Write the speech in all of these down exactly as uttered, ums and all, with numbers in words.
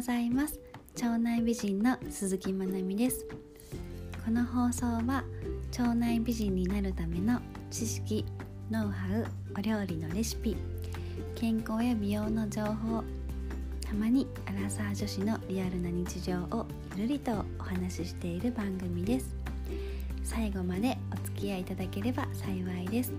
ざいます。腸内美人の鈴木まなみです。この放送は腸内美人になるための知識、ノウハウ、お料理のレシピ、健康や美容の情報、たまにアラサー女子のリアルな日常をゆるりとお話ししている番組です。最後までお付き合いいただければ幸いです。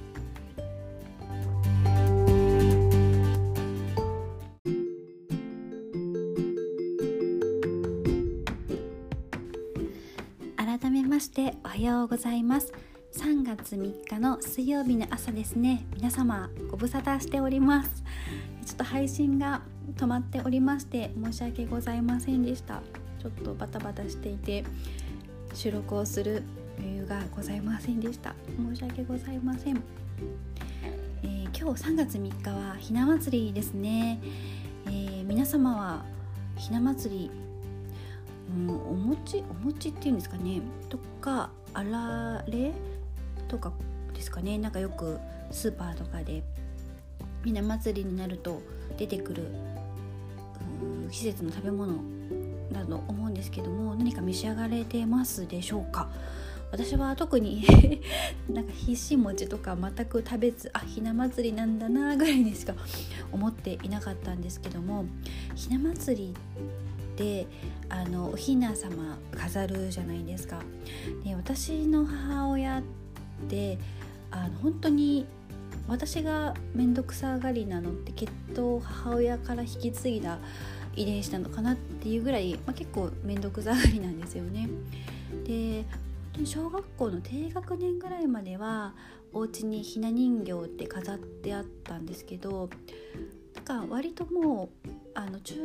改めましておはようございます。さんがつみっかの水曜日の朝ですね。皆様ご無沙汰しております。ちょっと配信が止まっておりまして申し訳ございませんでした。ちょっとバタバタしていて収録をする余裕がございませんでした。申し訳ございません。えー、今日さんがつみっかはひな祭りですね。えー、皆様はひな祭り、うん、お餅お餅っていうんですかねとかあられとかですかね。なんかよくスーパーとかでひな祭りになると出てくる季節の食べ物だと思うんですけども、何か召し上がれてますでしょうか。私は特になんかひし餅とか全く食べず、あ、ひな祭りなんだなぐらいにしか思っていなかったんですけども、ひな祭りってあのおひな様飾るじゃないですか。で、私の母親ってあの本当に私がめんどくさがりなのってきっと母親から引き継いだ遺伝子なのかなっていうぐらい、まあ、結構めんどくさがりなんですよね。で、小学校の低学年ぐらいまではお家にひな人形って飾ってあったんですけど、なんか割ともうあの中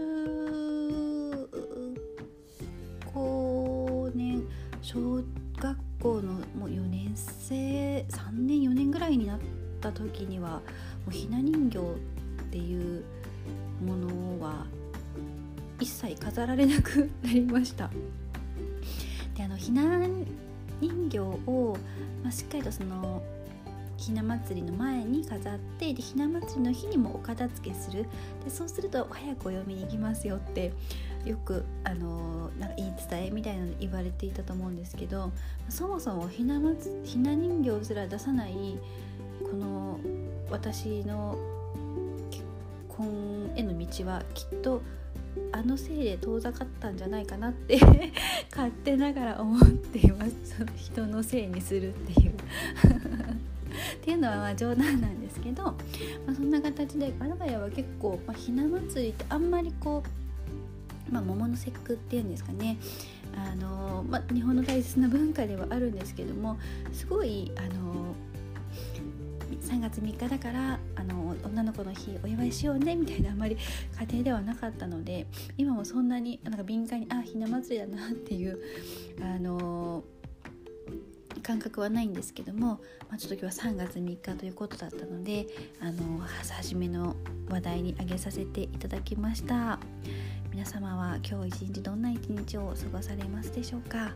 高年小学校のもうよねん生さんねんよねんぐらいになった時にはもうひな人形っていうものは一切飾られなくなりました。で、あのひな人形を、まあ、しっかりとそのひな祭りの前に飾って、でひな祭りの日にもお片付けする。でそうすると早くお嫁に行きますよってよくあのなんか言い伝えみたいなの言われていたと思うんですけど、そもそもひな祭りひな人形すら出さないこの私の結婚への道はきっとあのせいで遠ざかったんじゃないかなって勝手ながら思っています。その人のせいにするっていうっていうのはまあ冗談なんですけど、まあ、そんな形で我が家は結構、まあ、ひな祭りってあんまりこう、まあ、桃の節句っていうんですかね、あの、まあ、日本の大切な文化ではあるんですけども、すごいあのさんがつみっかだからあの女の子の日お祝いしようねみたいなあまり家庭ではなかったので、今もそんなになんか敏感にあひな祭りだなっていうあの感覚はないんですけども、まあ、ちょっと今日はさんがつみっかということだったので、あの初めの話題に挙げさせていただきました。皆様は今日一日どんな一日を過ごされますでしょうか。はい、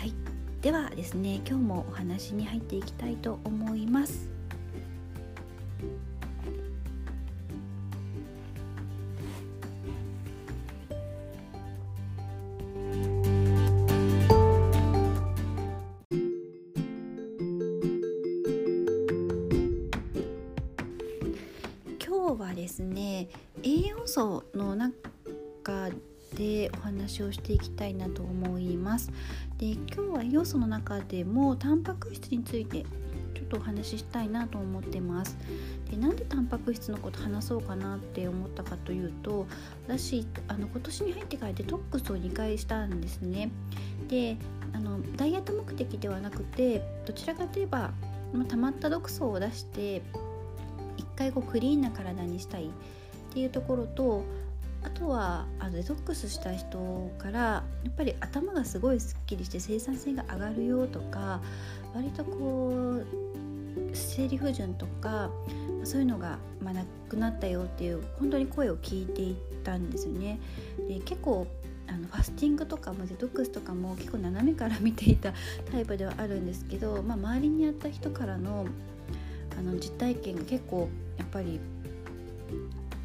ではですね、今日もお話に入っていきたいと思います。今日はですね、栄養素の中でお話をしていきたいなと思います。で、今日は栄養素の中でもタンパク質についてちょっとお話ししたいなと思ってます。で、なんでタンパク質のこと話そうかなって思ったかというと、私あの今年に入ってからデトックスをにかいしたんですね。で、あのダイエット目的ではなくて、どちらかといえば、まあ、溜まった毒素を出して一回こうクリーンな体にしたいっていうところと、あとはあのデトックスした人からやっぱり頭がすごいすっきりして生産性が上がるよとか、割とこう生理不順とかそういうのが、まあ、なくなったよっていう本当に声を聞いていったんですよね。で、結構あのファスティングとかもデトックスとかも結構斜めから見ていたタイプではあるんですけど、まあ、周りにやった人からのあの実体験が結構やっぱり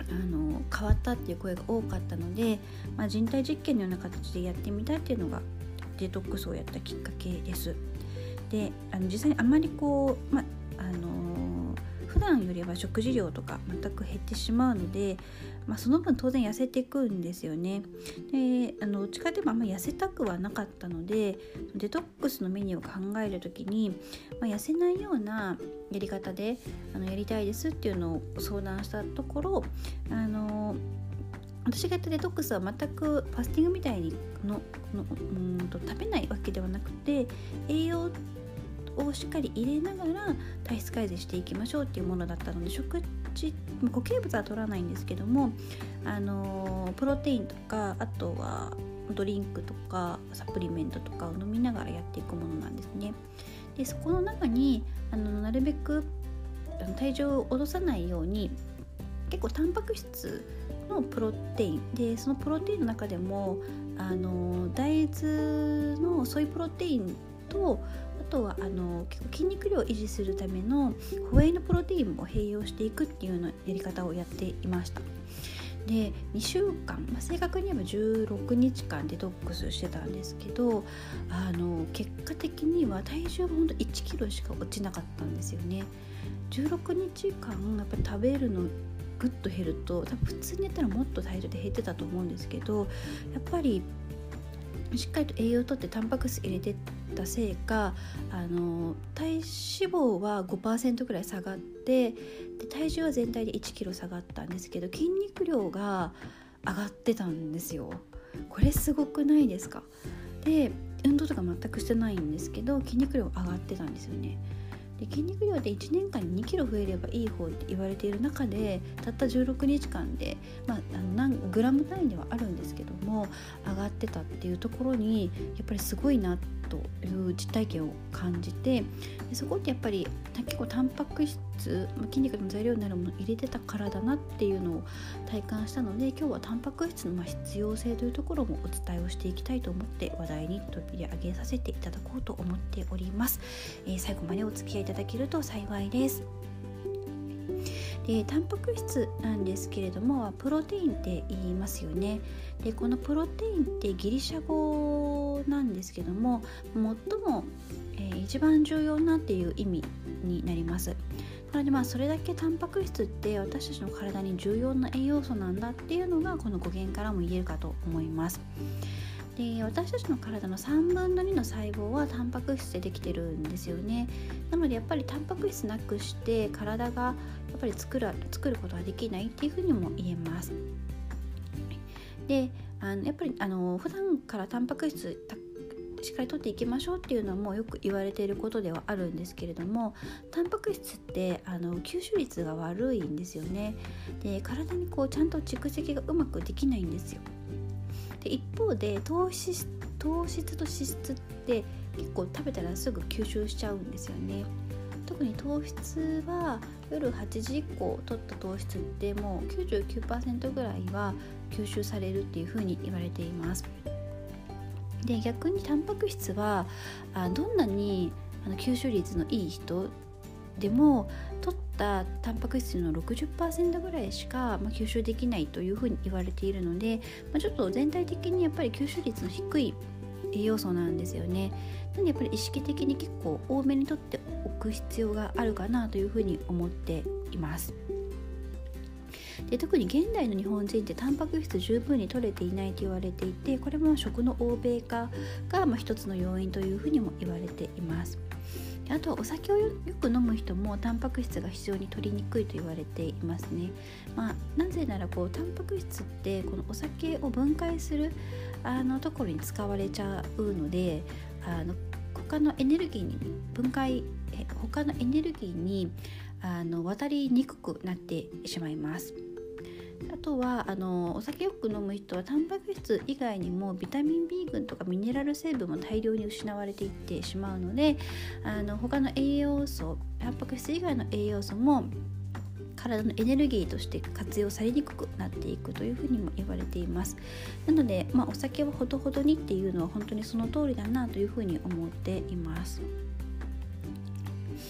あの変わったっていう声が多かったので、まあ、人体実験のような形でやってみたいっていうのがデトックスをやったきっかけです。であの実際にあまりこう、まあの普段よりは食事量とか全く減ってしまうので、まあ、その分当然痩せていくんですよね。であのどっちかというとあんまり痩せたくはなかったので、デトックスのメニューを考えるときに、まあ、痩せないようなやり方であのやりたいですっていうのを相談したところ、あの私がやったデトックスは全くファスティングみたいにののうんと食べないわけではなくて、栄養をしっかり入れながら体質改善していきましょうっていうものだったので、食事固形物は取らないんですけども、あのプロテインとか、あとはドリンクとかサプリメントとかを飲みながらやっていくものなんですね。でそこの中にあのなるべく体重を落とさないように結構タンパク質のプロテインで、そのプロテインの中でもあの大豆のソイプロテインと、あとはあの結構筋肉量を維持するためのホエイのプロテインも併用していくっていうようなやり方をやっていました。でにしゅうかん、まあ、正確に言えばじゅうろくにちかんデトックスしてたんですけど、あの結果的には体重がほんといちキロしか落ちなかったんですよね。じゅうろくにちかんやっぱり食べるのぐっと減ると、多分普通にやったらもっと体重で減ってたと思うんですけど、やっぱりしっかりと栄養をとってタンパク質入れてたせいか、あの体脂肪は ごパーセント ぐらい下がって、で体重は全体でいちキロ下がったんですけど、筋肉量が上がってたんですよ。これすごくないですか？で運動とか全くしてないんですけど、筋肉量上がってたんですよね。で筋肉量でいちねんかんににキロ増えればいい方って言われている中で、たったじゅうろくにちかんで、まあ、あの何グラム単位ではあるんですけども上がってたっていうところにやっぱりすごいなという実体験を感じて、でそこってやっぱり結構タンパク質、筋肉の材料になるものを入れてたからだなっていうのを体感したので、今日はタンパク質の必要性というところもお伝えをしていきたいと思って話題に取り上げさせていただこうと思っております。えー、最後までお付き合いいただけると幸いです。でタンパク質なんですけれども、プロテインって言いますよね。でこのプロテインってギリシャ語なんですけども、最も、えー、一番重要なっていう意味になります。なのでまあそれだけタンパク質って私たちの体に重要な栄養素なんだっていうのがこの語源からも言えるかと思います。で私たちの体のさんぶんのにの細胞はタンパク質でできてるんですよね。なのでやっぱりタンパク質なくして体がやっぱり作る、作ることはできないっていうふうにも言えます。であのやっぱりあの普段からタンパク質しっかりとっていきましょうっていうのもよく言われていることではあるんですけれども、タンパク質ってあの吸収率が悪いんですよね。で体にこうちゃんと蓄積がうまくできないんですよ。で一方で糖質、糖質と脂質って結構食べたらすぐ吸収しちゃうんですよね。特に糖質は夜はちじ以降取った糖質ってもう きゅうじゅうきゅうパーセント ぐらいは吸収されるっていうふうに言われています。で逆にタンパク質はあどんなにあの吸収率のいい人でも取ったタンパク質の ろくじゅっパーセント ぐらいしか、まあ、吸収できないというふうに言われているので、まあ、ちょっと全体的にやっぱり吸収率の低い栄養素なんですよね。なのでやっぱり意識的に結構多めに取っておく必要があるかなというふうに思っています。で特に現代の日本人ってタンパク質十分に取れていないと言われていて、これも食の欧米化がまあ一つの要因というふうにも言われています。あとはお酒をよく飲む人もタンパク質が非常に取りにくいと言われていますね。まあ、なぜならこうタンパク質ってこのお酒を分解するあのところに使われちゃうので、あの他のエネルギーに分解え他のエネルギーにあの渡りにくくなってしまいます。あとはあのお酒よく飲む人はタンパク質以外にもビタミン B 群とかミネラル成分も大量に失われていってしまうので、あの他の栄養素、タンパク質以外の栄養素も体のエネルギーとして活用されにくくなっていくというふうにも言われています。なので、まあ、お酒はほどほどにっていうのは本当にその通りだなというふうに思っています。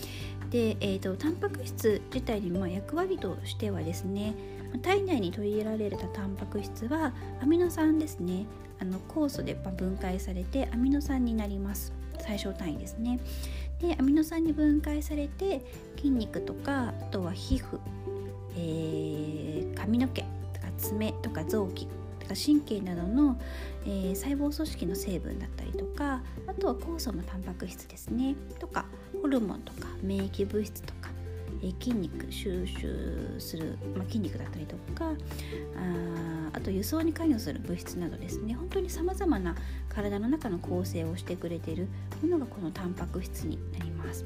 で、えーと、タンパク質自体にまあ役割としてはですね、体内に取り入れられたタンパク質はアミノ酸ですね。あの酵素で分解されてアミノ酸になります。最小単位ですね。でアミノ酸に分解されて筋肉とか、あとは皮膚、えー、髪の毛とか爪とか臓器とか神経などの、えー、細胞組織の成分だったりとか、あとは酵素のタンパク質ですねとか、ホルモンとか免疫物質とか、えー、筋肉収集する、まあ、筋肉だったりとか、ああと輸送に関与する物質などですね、本当にさまざまな体の中の構成をしてくれているものがこのタンパク質になります。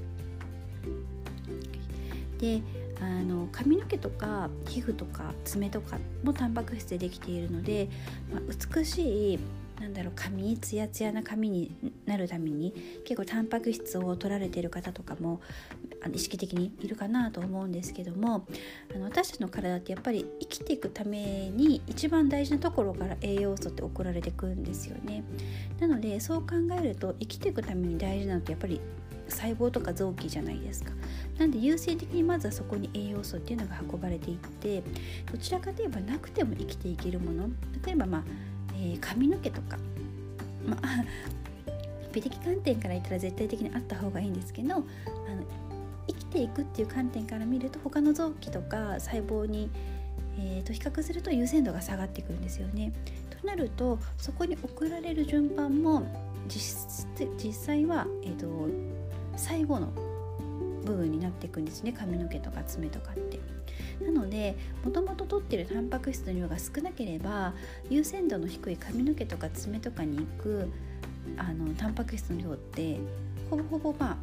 であの髪の毛とか皮膚とか爪とかもタンパク質でできているので、まあ、美しいなんだろう髪ツヤツヤな髪になるために結構タンパク質を取られている方とかもあの意識的にいるかなと思うんですけども、あの私たちの体ってやっぱり生きていくために一番大事なところから栄養素って送られてくるんですよね。なのでそう考えると生きていくために大事なのってやっぱり細胞とか臓器じゃないですか。なんで優先的にまずはそこに栄養素っていうのが運ばれていって、どちらかといえばなくても生きていけるもの、例えば、まあえー、髪の毛とか、まあ、美的観点から言ったら絶対的にあった方がいいんですけど、あの生きていくっていう観点から見ると他の臓器とか細胞に、えー、と比較すると優先度が下がってくるんですよね。となるとそこに送られる順番も 実, 実際は、えー、と最後の部分になっていくんですね。髪の毛とか爪とかって。なのでもともと取っているタンパク質の量が少なければ優先度の低い髪の毛とか爪とかに行くあのタンパク質の量ってほぼほぼまあ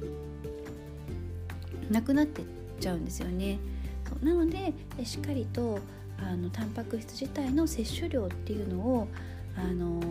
なくなってっちゃうんですよね。そうなのでしっかりとあのタンパク質自体の摂取量っていうのをあの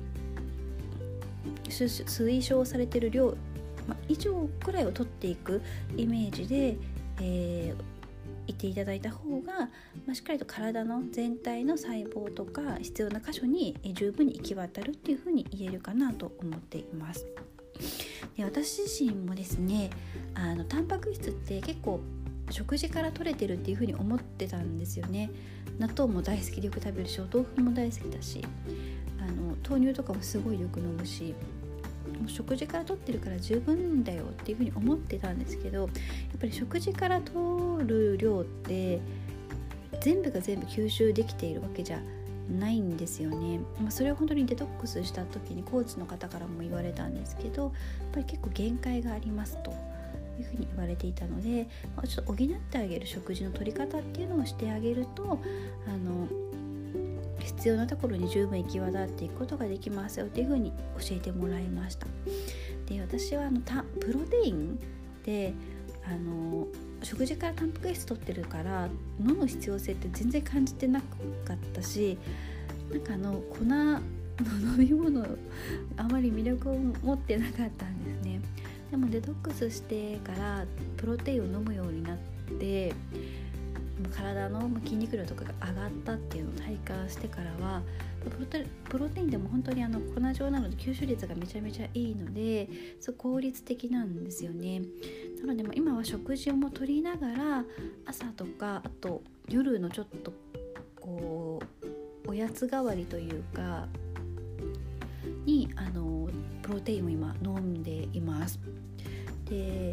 推奨されている量、まあ、以上くらいを取っていくイメージで、えー、いていただいた方が、まあ、しっかりと体の全体の細胞とか必要な箇所に十分に行き渡るっていうふうに言えるかなと思っています。で私自身もですね、あのタンパク質って結構食事から取れてるっていうふうに思ってたんですよね。納豆も大好きでよく食べるし、お豆腐も大好きだし、あの豆乳とかもすごいよく飲むし、もう食事から取ってるから十分だよっていうふうに思ってたんですけど、やっぱり食事から取る量って全部が全部吸収できているわけじゃないんですよね。まあ、それを本当にデトックスした時にコーチの方からも言われたんですけど、やっぱり結構限界がありますというふうに言われていたので、まあ、ちょっと補ってあげる食事の取り方っていうのをしてあげると、あの必要なところに十分行き渡っていくことができますよっていうふうに教えてもらいました。で私はあのたプロテインであの食事からタンパク質取ってるから飲む必要性って全然感じてなかったし、なんかあの粉の飲み物あまり魅力を持ってなかったんですね。でもデトックスしてからプロテインを飲むようになって、体の筋肉量とかが上がったっていうのを体感してからは、プロテ、プロテインでも本当にあの粉状なので吸収率がめちゃめちゃいいので、そう効率的なんですよね。なのでも今は食事も取りながら朝とかあと夜のちょっとこうおやつ代わりというかにあのプロテインを今飲んでいます。で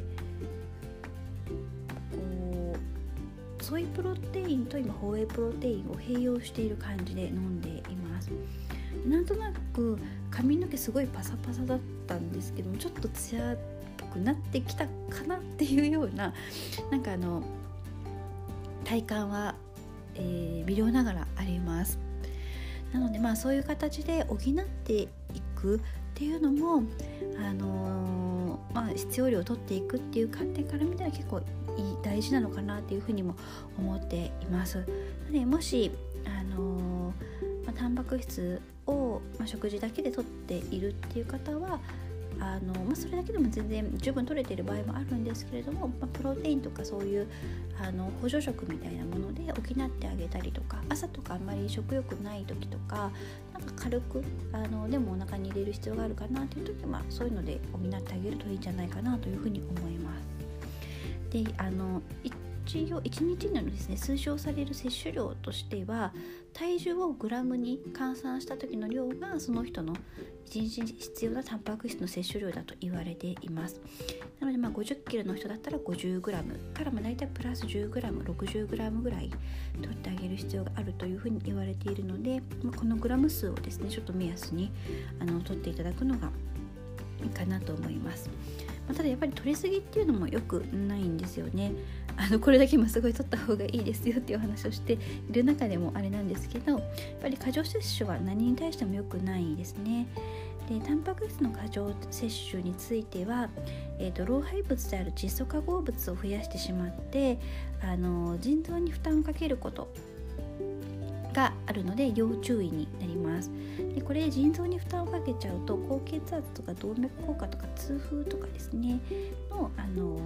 こうソイプロテインと今ホエイプロテインを併用している感じで飲んでいます。なんとなく髪の毛すごいパサパサだったんですけども、ちょっとツヤっぽくなってきたかなっていうような、なんかあの体感は、えー、微量ながらあります。なのでまあそういう形で補っていくっていうのも、あのーまあ、必要量を取っていくっていう観点から見たら結構大事なのかなっていうふうにも思っています。なのでもし、あのーまあ、タンパク質を、まあ、食事だけで取っているっていう方はあの、まあ、それだけでも全然十分取れている場合もあるんですけれども、まあ、プロテインとかそういうあの補助食みたいなもので補ってあげたりとか、朝とかあんまり食欲ない時とか、なんか軽くあのでもお腹に入れる必要があるかなという時は、まあ、そういうので補ってあげるといいんじゃないかなというふうに思います。 であの一応いちにちのですね推奨される摂取量としては、体重をグラムに換算した時の量がその人のいちにちに必要なタンパク質の摂取量だと言われています。なのでまあごじゅっキロの人だったら ごじゅうグラム からまあ大体プラス じゅうグラム、ろくじゅうグラム ぐらい取ってあげる必要があるというふうに言われているので、まあ、このグラム数をですねちょっと目安にあの取っていただくのがいいかなと思います。まあ、ただやっぱり取りすぎっていうのも良くないんですよね。あのこれだけもすごい取った方がいいですよっていうお話をしている中でもあれなんですけど、やっぱり過剰摂取は何に対しても良くないですね。でタンパク質の過剰摂取については、えーと、老廃物である窒素化合物を増やしてしまってあの腎臓に負担をかけることがあるので要注意になります。でこれで腎臓に負担をかけちゃうと高血圧とか動脈硬化とか痛風とかですねのあの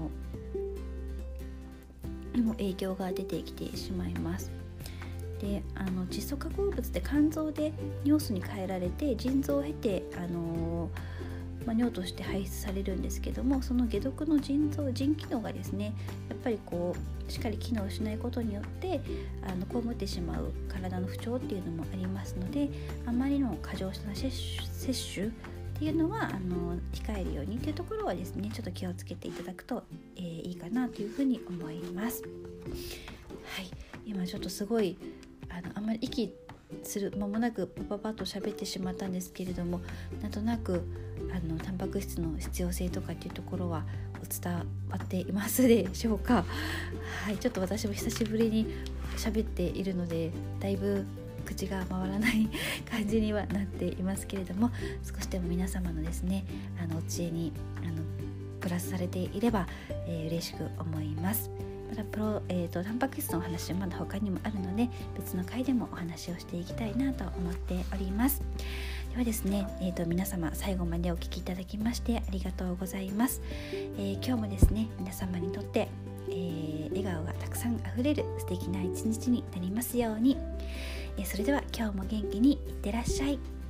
も影響が出てきてしまいます。であの窒素化合物って肝臓で尿素に変えられて腎臓を経てあの、まあ、尿として排出されるんですけども、その解毒の腎臓腎機能がですねやっぱりこうしっかり機能しないことによってあの被ってしまう体の不調っていうのもありますので、あまりの過剰な摂取、摂取っていうのはあの控えるようにというところはですねちょっと気をつけていただくと、えー、いいかなというふうに思います。はい、今ちょっとすごいあのあんまり息する間もなくパパパッと喋ってしまったんですけれども、なんとなくあのタンパク質の必要性とかっていうところはお伝わっていますでしょうか。はい、ちょっと私も久しぶりに喋っているのでだいぶ口が回らない感じにはなっていますけれども、少しでも皆様のですねあのお知恵にあのプラスされていれば、えー、嬉しく思います。またプロ、えーと、タンパク質のお話はまだ他にもあるので別の回でもお話をしていきたいなと思っております。ではですね、えーと、皆様最後までお聞きいただきましてありがとうございます。えー、今日もですね皆様にとって、えー、笑顔がたくさんあふれる素敵な一日になりますように。えー、それでは今日も元気にいってらっしゃい。